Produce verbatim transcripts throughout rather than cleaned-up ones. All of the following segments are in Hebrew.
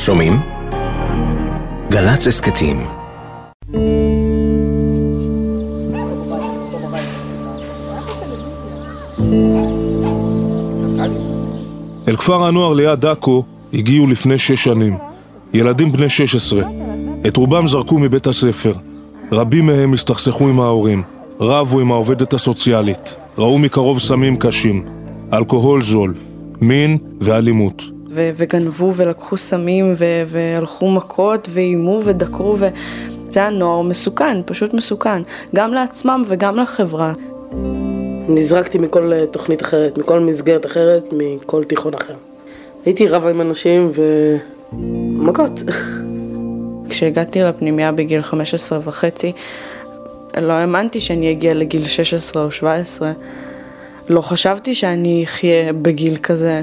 שומעים? גל"צ הסכתים. אל כפר הנוער ליד עכו הגיעו לפני שש שנים. ילדים בני שש עשרה. את רובם זרקו מבית הספר. רבים מהם הסתכסכו עם ההורים. רבו עם העובדת הסוציאלית. ראו מקרוב סמים קשים. אלכוהול זול. מין ואלימות. ו- וגנבו ולקחו סמים ו- והלכו מכות ואימו ודקרו ו... זה היה נוער מסוכן, פשוט מסוכן. גם לעצמם וגם לחברה. נזרקתי מכל תוכנית אחרת, מכל מסגרת אחרת, מכל תיכון אחר. הייתי רבה עם אנשים ומכות. כשהגעתי לפנימיה בגיל חמש עשרה וחצי, לא האמנתי שאני אגיע לגיל שש עשרה או שבע עשרה. לא חשבתי שאני אחיה בגיל כזה.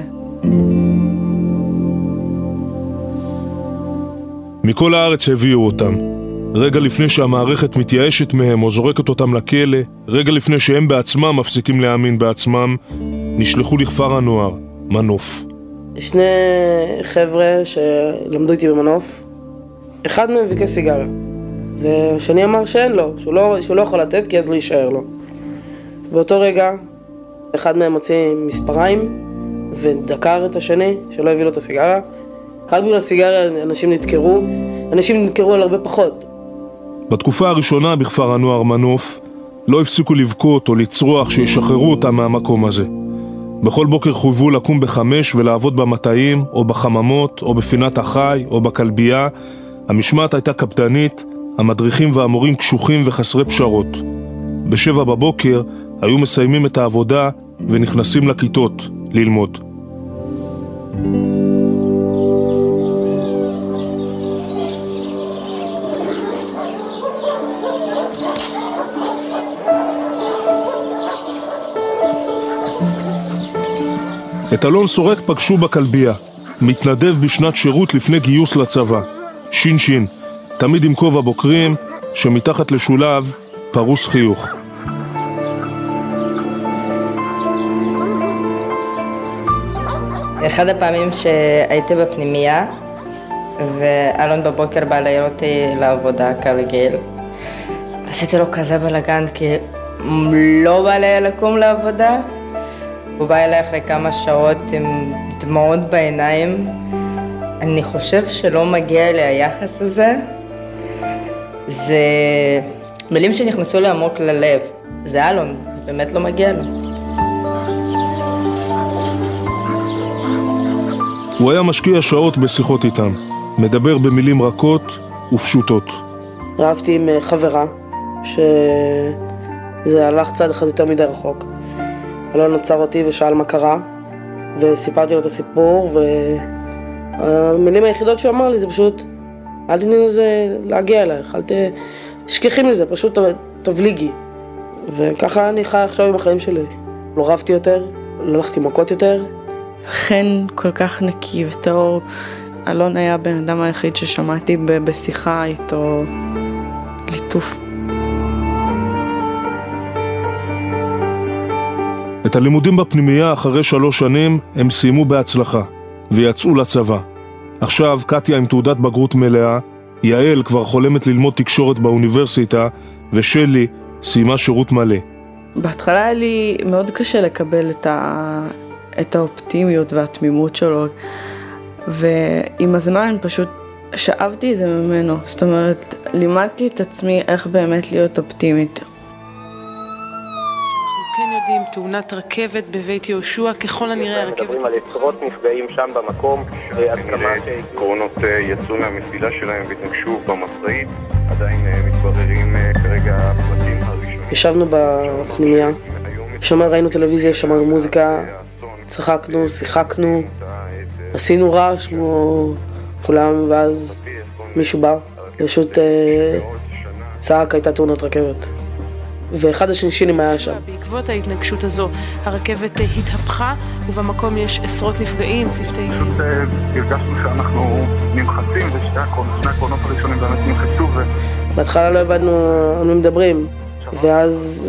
מכל הארץ הביאו אותם. רגע לפני שהמערכת מתייאשת מהם או זורקת אותם לכלא, רגע לפני שהם בעצמם מפסיקים להאמין בעצמם, נשלחו לכפר הנוער, מנוף. שני חבר'ה שלמדו איתי במנוף, אחד מהם ביקש סיגריה, ושני אמר שאין לו, שהוא לא, שהוא לא יכול לתת כי אז לא יישאר לו. באותו רגע, אחד מהם הוציא מספריים ודקר את השני, שלא הביא לו את הסיגריה. רק בגלל הסיגריה אנשים נתקרו, אנשים נתקרו על הרבה פחות. בתקופה הראשונה בכפר הנוער מנוף, לא הפסיקו לבכות או לצרוח שישחררו אותם מהמקום הזה. בכל בוקר חויבו לקום בחמש ולעבוד במטעים, או בחממות, או בפינת החי, או בכלבייה. המשמעת הייתה קפדנית, המדריכים והמורים קשוחים וחסרי פשרות. בשבע בבוקר היו מסיימים את העבודה ונכנסים לכיתות ללמוד. את אלון סורק פגשו בכלבייה, מתנדב בשנת שירות לפני גיוס לצבא. שין שין, תמיד עם כובע בוקרים, שמתחת לשולב פרוס חיוך. אחד הפעמים שהייתי בפנימייה, ואלון בבוקר בא להעיר אותי לעבודה כרגיל. עשיתי לו כזה בלגן, כי לא בא לי לקום לעבודה. הוא בא אליי אחרי כמה שעות עם דמעות בעיניים. אני חושב שלא מגיע לי היחס הזה. זה מילים שנכנסו לי עמוק ללב. זה אלון, זה באמת לא מגיע לו. הוא היה משקיע שעות בשיחות איתם, מדבר במילים רכות ופשוטות. רבתי עם חברה, שזה הלך צעד אחד יותר מדי רחוק. אלון עצר אותי ושאל מה קרה, וסיפרתי לו את הסיפור, והמילים היחידות שהוא אמר לי זה פשוט, אל תתני לזה להגיע אלייך, אל תשכחי מזה, פשוט תבליגי. וככה אני חי עכשיו עם החיים שלי. לא רבתי יותר, לא הלכתי מכות יותר. חן כל כך נקי וטהור. אלון היה בן אדם היחיד ששמעתי בשיחה איתו ליטוף. את הלימודים בפנימייה אחרי שלוש שנים הם סיימו בהצלחה ויצאו לצבא. עכשיו קטיה עם תעודת בגרות מלאה, יעל כבר חולמת ללמוד תקשורת באוניברסיטה, ושלי סיימה שירות מלא. בהתחלה היה לי מאוד קשה לקבל את, ה... את האופטימיות והתמימות שלו, ועם הזמן פשוט שאבתי את זה ממנו. זאת אומרת, לימדתי את עצמי איך באמת להיות אופטימית. תאונת רכבת בבית יהושע, ככל הנראה הרכבת... מדברים על עשרות נפגעים שם במקום, והסכמה שקרונות יצאו מהמסילה שלהם והתנגשו במשאית, עדיין מתבררים כרגע הפרטים הראשונים. ישבנו בפנימייה, שם ראינו טלוויזיה, שמענו מוזיקה, צחקנו, שיחקנו, עשינו רעש כמו כולם, ואז מישהו בא, פשוט צעק, הייתה תאונת רכבת. ואחד השינשינים היה שם. בעקבות ההתנגשות הזו, הרכבת התהפכה, ובמקום יש עשרות נפגעים, צוותי... פשוט הרגשנו שאנחנו נמחצים, ושני הקרונות הראשונים באמת נמחצו, ו... בהתחלה לא הבנו על מי מדברים, ואז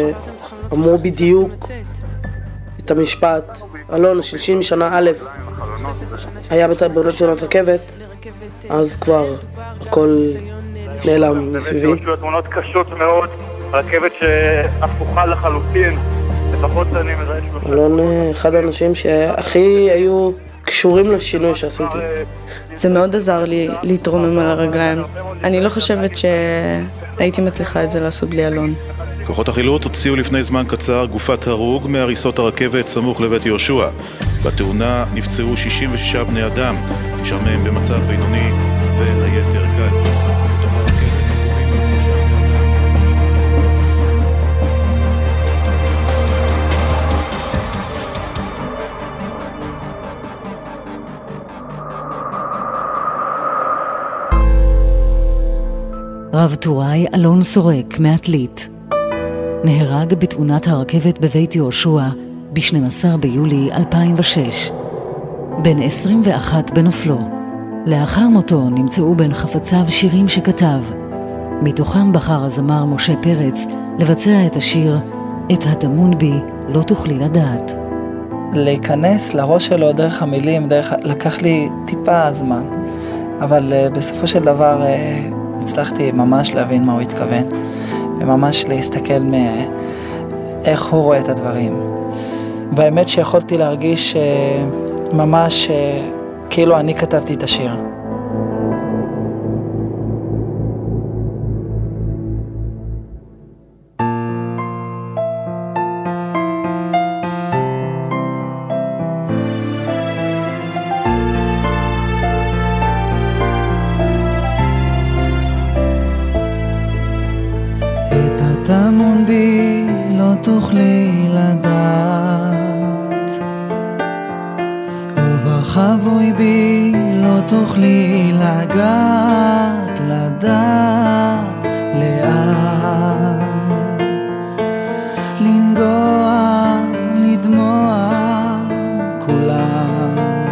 כשאמרו בדיוק את המשפט, אלון, השלשין משנה א', היה בתאונת רכבת, אז כבר הכל נעלם מסביבי. תמונות קשות מאוד, רכבת שהפוכה לחלוטין, לפחות אני מזהה שלושה. אלון אחד האנשים שהכי היו קשורים לשינוי שעשיתי. זה מאוד עזר לי להתרומם על הרגליים. אני לא חושבת שהייתי מצליחה את זה לעשות בלי אלון. כוחות החילוץ הוציאו לפני זמן קצר גופת הרוג מהריסות הרכבת סמוך לבית יהושע. בתאונה נפצעו שישים ושישה בני אדם, תשעה מהם במצב בינוני והיתר קל. רב טוראי אלון סורק מעתלית נהרג בתאונת הרכבת בבית יהושע ב-שנים עשר ביולי אלפיים ושש. בן עשרים ואחת בנופלו. לאחר מותו נמצאו בין חפציו שירים שכתב. מתוכם בחר הזמר משה פרץ לבצע את השיר "את הטמון בי לא תוכלי לדעת". להיכנס לראש שלו דרך המילים, דרך... לקח לי טיפה זמן, אבל uh, בסופו של דבר uh, הצלחתי ממש להבין מה הוא התכוון, וממש להסתכל מאיך הוא רואה את הדברים. באמת שיכולתי להרגיש uh, ממש uh, כאילו אני כתבתי את השיר. טמון בי לא תוכלי לדעת, ובחבוי בי לא תוכלי לגעת, לדעת לאן לנגוע, לדמוע כולם.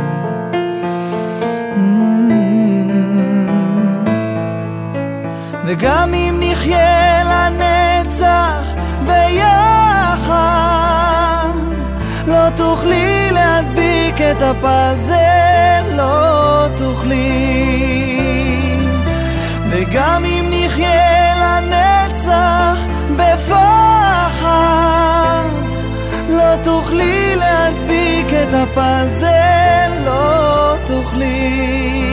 וגם אם נחיה לנצח ביחד, לא תוכלי להדביק את הפאזל, לא תוכלי. וגם אם נחיה לנצח בפחד, לא תוכלי להדביק את הפאזל, לא תוכלי.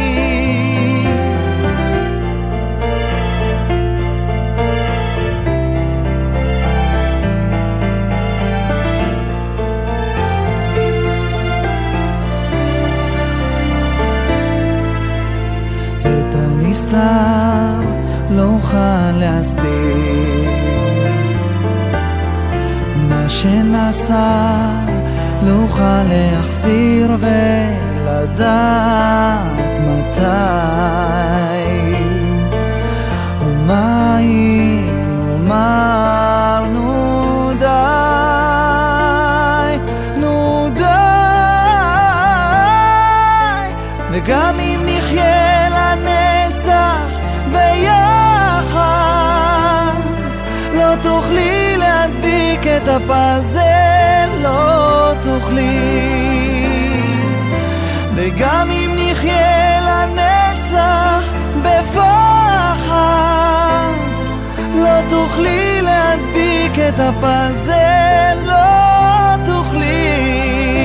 נסתר לא אוכל להסביר, מה שנעשה לא אוכל להחזיר ולדעת מתי ומה אם אמרנו די, נו די. וגם אם נחיה ביחד, לא תוכלי להדביק את הפאזל, לא תוכלי. וגם אם נחיה לנצח בפחד, לא תוכלי להדביק את הפאזל, לא תוכלי.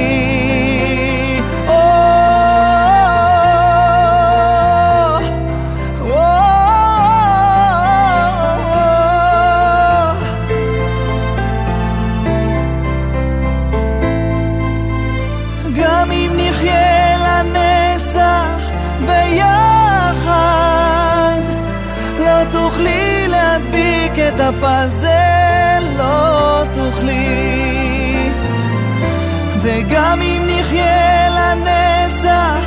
את הפאזל לא תוכלי. וגם אם נחיה לנצח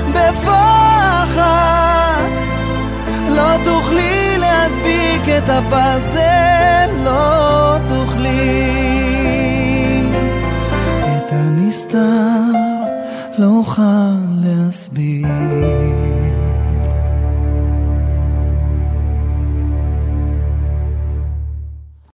בפחד, לא תוכלי להדביק את הפאזל, לא תוכלי. את הנסתר לא אוכל